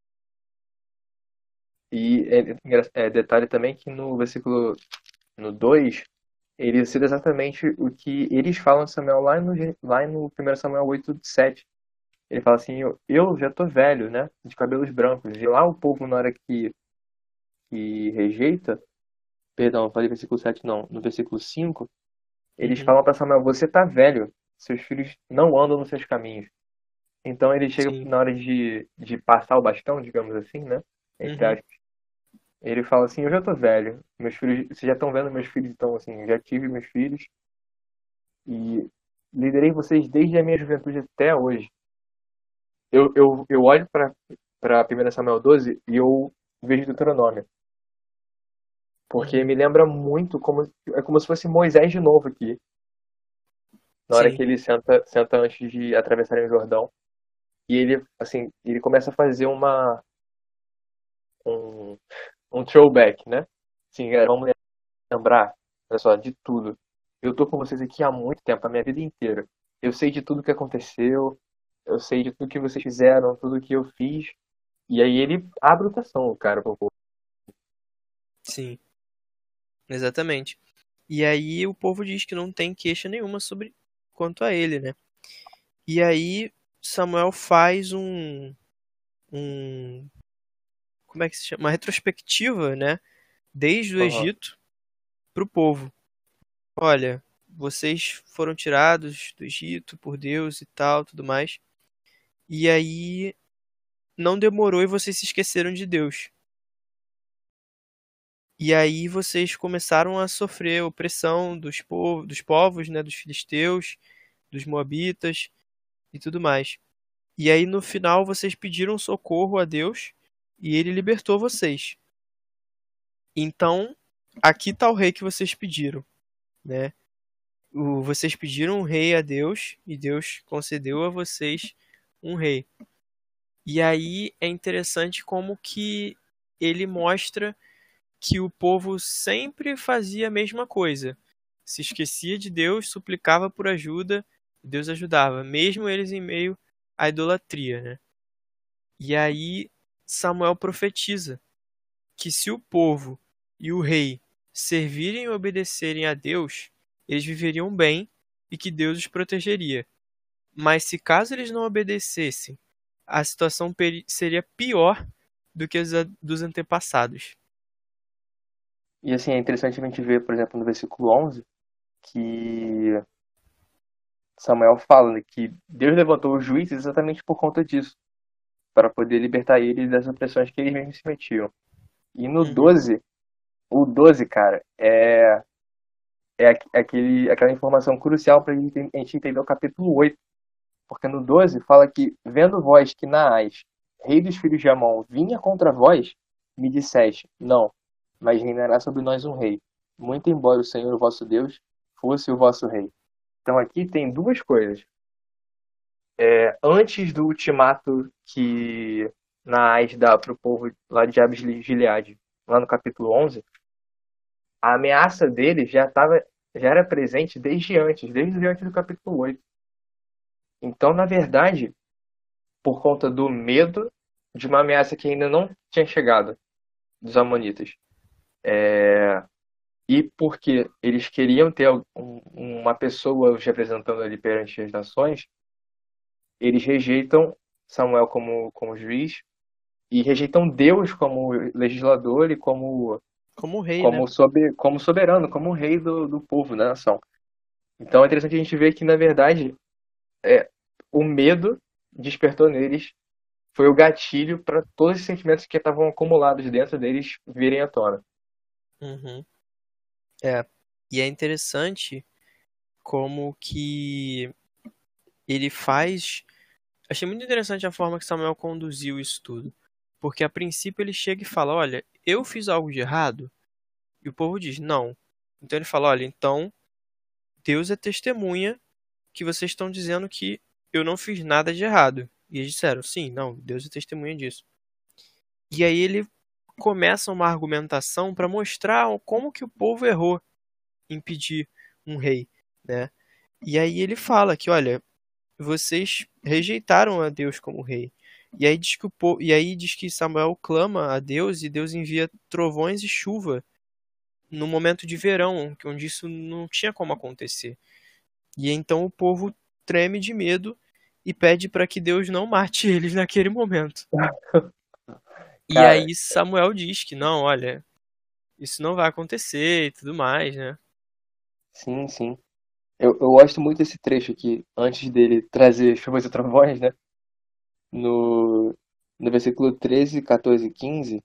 Speaker 3: E é detalhe também que no versículo no 2 ele cita exatamente o que eles falam de Samuel lá no 1 Samuel 8:7. Ele fala assim, eu já tô velho, né? De cabelos brancos. E lá o povo, na hora que rejeita, perdão, eu falei versículo 7 não, no versículo 5 eles
Speaker 2: Uhum,
Speaker 3: falam para Samuel, você tá velho, seus filhos não andam nos seus caminhos. Então ele chega
Speaker 2: sim.
Speaker 3: na hora de passar o bastão, digamos assim, né? Entre
Speaker 2: Uhum,
Speaker 3: aspas. Ele fala assim, eu já tô velho, meus filhos, vocês já estão vendo meus filhos, então assim, já tive meus filhos e liderei vocês desde a minha juventude até hoje. eu olho para 1 Samuel 12 e eu vejo Deuteronômio. Porque
Speaker 2: Uhum.
Speaker 3: me lembra muito é como se fosse Moisés de novo aqui. Na hora
Speaker 2: Sim,
Speaker 3: que ele senta antes de atravessarem o Jordão. E ele, assim, ele começa a fazer um, um throwback, né? Assim, galera, vamos lembrar, olha só, de tudo. Eu tô com vocês aqui há muito tempo, a minha vida inteira. Eu sei de tudo que aconteceu, eu sei de tudo que vocês fizeram, tudo que eu fiz. E aí ele abre o coração, cara, pro povo.
Speaker 2: sim, exatamente. E aí o povo diz que não tem queixa nenhuma sobre quanto a ele, né? E aí Samuel faz um, como é que se chama? Uma retrospectiva, né? Desde o
Speaker 3: Aham.
Speaker 2: Egito para o povo. Olha, vocês foram tirados do Egito por Deus e tal, tudo mais. E aí não demorou e vocês se esqueceram de Deus. E aí vocês começaram a sofrer opressão dos povos, né, dos filisteus, dos moabitas e tudo mais. E aí no final vocês pediram socorro a Deus e ele libertou vocês. Então, aqui está o rei que vocês pediram, né? Vocês pediram um rei a Deus e Deus concedeu a vocês um rei. E aí é interessante como que ele mostra que o povo sempre fazia a mesma coisa. Se esquecia de Deus, suplicava por ajuda, Deus ajudava, mesmo eles em meio à idolatria, né? E aí Samuel profetiza que se o povo e o rei servirem e obedecerem a Deus, eles viveriam bem e que Deus os protegeria. Mas se caso eles não obedecessem, a situação seria pior do que a dos antepassados.
Speaker 3: E assim, é interessante a gente ver, por exemplo, no versículo 11, que Samuel fala, né, que Deus levantou os juízes exatamente por conta disso, para poder libertar eles das opressões que eles mesmos se metiam. E no
Speaker 2: Uhum,
Speaker 3: 12, o 12, cara, aquela informação crucial para a gente entender o capítulo 8. Porque no 12 fala que, vendo vós que Naás, rei dos filhos de Amon, vinha contra vós, me disseste, não, mas reinará sobre nós um rei, muito embora o Senhor, o vosso Deus, fosse o vosso rei. Então aqui tem duas coisas. Antes do ultimato que Naás dá para o povo lá de Jabes de Gileade, lá no capítulo 11, a ameaça dele já era presente desde antes do capítulo 8. Então, na verdade, por conta do medo de uma ameaça que ainda não tinha chegado dos amonitas. E porque eles queriam ter uma pessoa os representando ali perante as nações, eles rejeitam Samuel como juiz e rejeitam Deus como legislador e
Speaker 2: como rei, né?
Speaker 3: como soberano, como rei do povo, da nação. Então é interessante a gente ver que, na verdade, o medo despertou neles, foi o gatilho para todos os sentimentos que estavam acumulados dentro deles virem à tona.
Speaker 2: Uhum. É. E é interessante como que ele faz. Achei muito interessante a forma que Samuel conduziu isso tudo. Porque a princípio ele chega e fala: Olha, eu fiz algo de errado? E o povo diz: Não. Então ele fala: Olha, então Deus é testemunha que vocês estão dizendo que eu não fiz nada de errado. E eles disseram: Sim, não, Deus é testemunha disso. E aí ele começa uma argumentação para mostrar como que o povo errou em pedir um rei, né? E aí ele fala que, olha, vocês rejeitaram a Deus como rei. E aí diz que Samuel clama a Deus e Deus envia trovões e chuva no momento de verão, onde isso não tinha como acontecer. E então o povo treme de medo e pede para que Deus não mate eles naquele momento. E
Speaker 3: Cara,
Speaker 2: aí Samuel diz que não, olha, isso não vai acontecer e tudo mais, né?
Speaker 3: sim, sim. Eu gosto muito desse trecho aqui, antes dele trazer chuvas e trovões, né? No, no versículo 13, 14 e 15,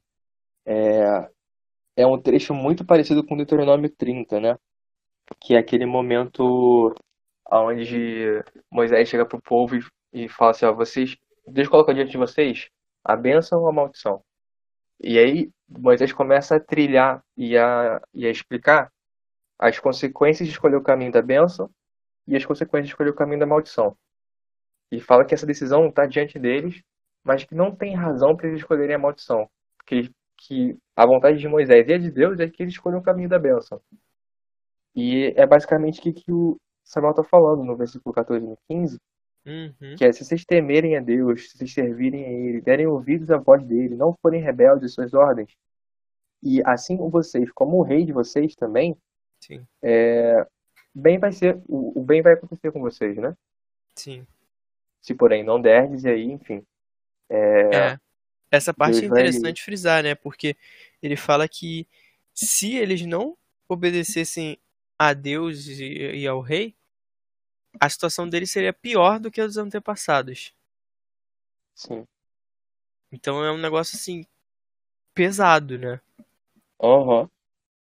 Speaker 3: é um trecho muito parecido com Deuteronômio 30, né? Que é aquele momento onde Moisés chega pro povo e fala assim, ó, vocês Deus coloca diante de vocês a bênção ou a maldição. E aí Moisés começa a trilhar e a explicar as consequências de escolher o caminho da bênção e as consequências de escolher o caminho da maldição. E fala que essa decisão está diante deles, mas que não tem razão para eles escolherem a maldição. Que a vontade de Moisés e a de Deus é que eles escolham o caminho da bênção. E é basicamente o que o Samuel está falando no versículo 14 e 15,
Speaker 2: Uhum.
Speaker 3: que é: se vocês temerem a Deus, se vocês servirem a Ele, derem ouvidos à voz dele, não forem rebeldes às suas ordens, e assim como vocês, como o rei de vocês também,
Speaker 2: Sim,
Speaker 3: bem vai ser, o bem vai acontecer com vocês, né?
Speaker 2: sim.
Speaker 3: Se porém não derdes, e aí, enfim,
Speaker 2: É. Essa parte
Speaker 3: Deus
Speaker 2: é
Speaker 3: vai...
Speaker 2: interessante frisar, né? Porque ele fala que se eles não obedecessem a Deus e ao rei, a situação deles seria pior do que a dos antepassados.
Speaker 3: Sim.
Speaker 2: Então é um negócio assim pesado, né?
Speaker 3: Aham.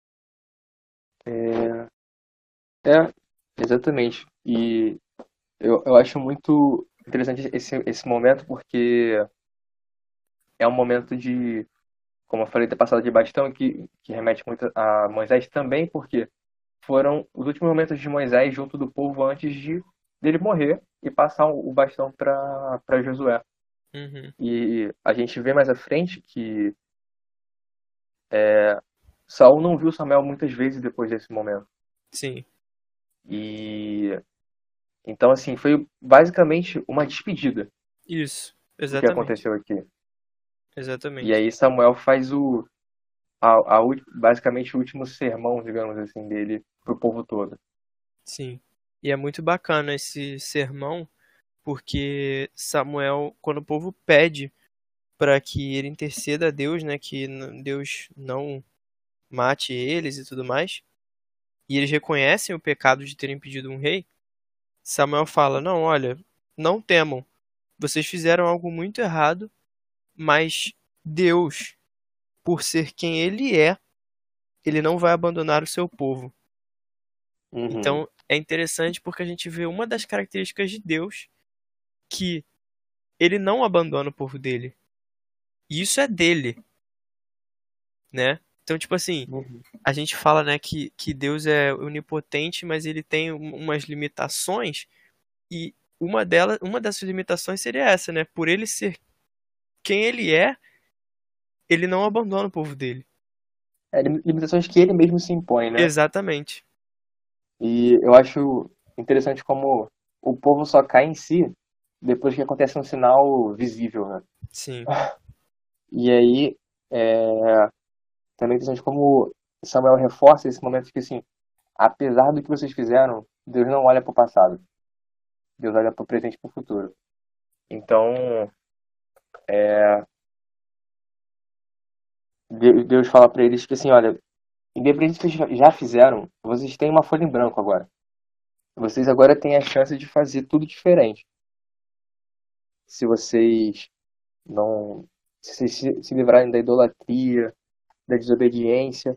Speaker 3: É, exatamente. E eu acho muito interessante esse momento, porque é um momento de, como eu falei, da passada de bastão, que remete muito a Moisés também, porque foram os últimos momentos de Moisés junto do povo antes de dele morrer e passar o bastão para Josué.
Speaker 2: Uhum.
Speaker 3: E a gente vê mais à frente que Saul não viu Samuel muitas vezes depois desse momento.
Speaker 2: Sim,
Speaker 3: E então, assim, foi basicamente uma despedida
Speaker 2: isso.
Speaker 3: o que
Speaker 2: Exatamente.
Speaker 3: aconteceu aqui. E
Speaker 2: Exatamente.
Speaker 3: aí Samuel faz basicamente o último sermão, digamos assim, dele pro povo todo.
Speaker 2: Sim. E é muito bacana esse sermão, porque Samuel, quando o povo pede para que ele interceda a Deus, né, que Deus não mate eles e tudo mais, e eles reconhecem o pecado de terem pedido um rei, Samuel fala: "Não, olha, não temam. Vocês fizeram algo muito errado, mas Deus, por ser quem ele é, ele não vai abandonar o seu povo."
Speaker 3: Uhum,
Speaker 2: Então, é interessante porque a gente vê uma das características de Deus, que ele não abandona o povo dele. E isso é dele, né? Então, tipo assim,
Speaker 3: uhum,
Speaker 2: a gente fala, né, que Deus é onipotente, mas ele tem umas limitações, e uma dessas limitações seria essa, né? Por ele ser quem ele é, ele não abandona o povo dele.
Speaker 3: limitações que ele mesmo se impõe, né?
Speaker 2: Exatamente.
Speaker 3: E eu acho interessante como o povo só cai em si depois que acontece um sinal visível, né?
Speaker 2: Sim.
Speaker 3: E aí, também é interessante como Samuel reforça esse momento de que, assim, apesar do que vocês fizeram, Deus não olha para o passado. Deus olha para o presente e para o futuro. Então, Deus fala para eles que, assim, olha, independente do que vocês já fizeram, vocês têm uma folha em branco agora. Vocês agora têm a chance de fazer tudo diferente. Se vocês não... Se vocês se livrarem da idolatria, da desobediência,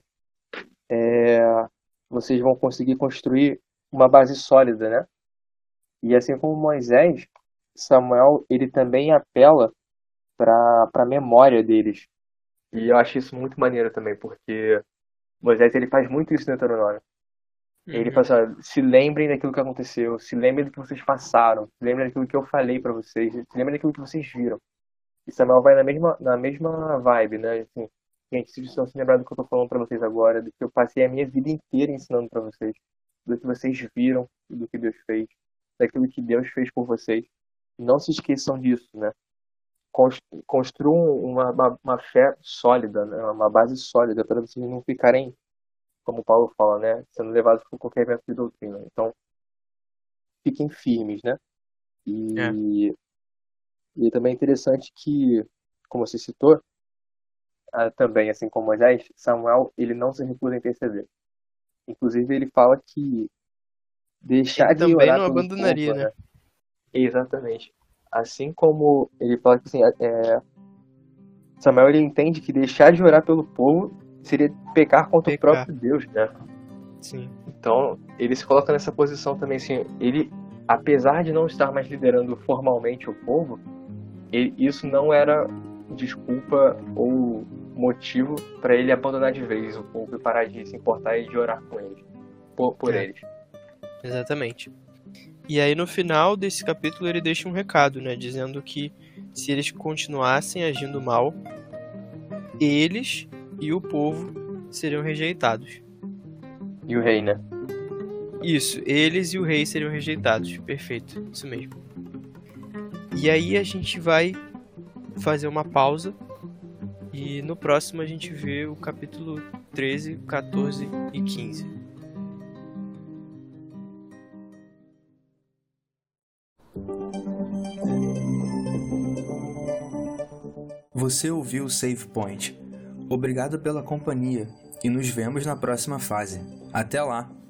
Speaker 3: vocês vão conseguir construir uma base sólida, né? E assim como Moisés, Samuel, ele também apela para a memória deles. E eu acho isso muito maneiro também, porque Moisés ele faz muito isso no Deuteronômio. Ele
Speaker 2: Uhum.
Speaker 3: fala assim: se lembrem daquilo que aconteceu, se lembrem do que vocês passaram, se lembrem daquilo que eu falei para vocês, se lembrem daquilo que vocês viram. E Samuel vai na mesma vibe, né? Assim, gente, se vocês estão se lembrando do que eu tô falando para vocês agora, do que eu passei a minha vida inteira ensinando para vocês, do que vocês viram, do que Deus fez, daquilo que Deus fez por vocês. Não se esqueçam disso, né? Construam uma fé sólida, né? Uma base sólida para vocês não ficarem, como Paulo fala, né? Sendo levados por qualquer vento de doutrina. Então, fiquem firmes, né?
Speaker 2: É.
Speaker 3: E também é interessante que, como você citou, também, assim como Moisés, Samuel, ele não se recusa a interceder. Inclusive, ele fala que
Speaker 2: Ele
Speaker 3: deixar de
Speaker 2: também
Speaker 3: orar
Speaker 2: não
Speaker 3: pelo
Speaker 2: abandonaria,
Speaker 3: povo,
Speaker 2: né?
Speaker 3: né? Exatamente. Assim como ele fala que assim, Samuel ele entende que deixar de orar pelo povo seria pecar contra o
Speaker 2: Pecar.
Speaker 3: próprio Deus, né?
Speaker 2: Sim.
Speaker 3: Então, ele se coloca nessa posição também, assim, ele, apesar de não estar mais liderando formalmente o povo, isso não era desculpa ou motivo para ele abandonar de vez o povo e parar de se importar e de orar com eles, por eles.
Speaker 2: Exatamente. E aí no final desse capítulo ele deixa um recado, né, dizendo que se eles continuassem agindo mal, eles e o povo seriam rejeitados.
Speaker 3: E o rei, né?
Speaker 2: Isso, eles e o rei seriam rejeitados. Perfeito, isso mesmo. E aí a gente vai fazer uma pausa e no próximo a gente vê o capítulo 13, 14 e 15.
Speaker 1: Você ouviu o Save Point. Obrigado pela companhia e nos vemos na próxima fase. Até lá!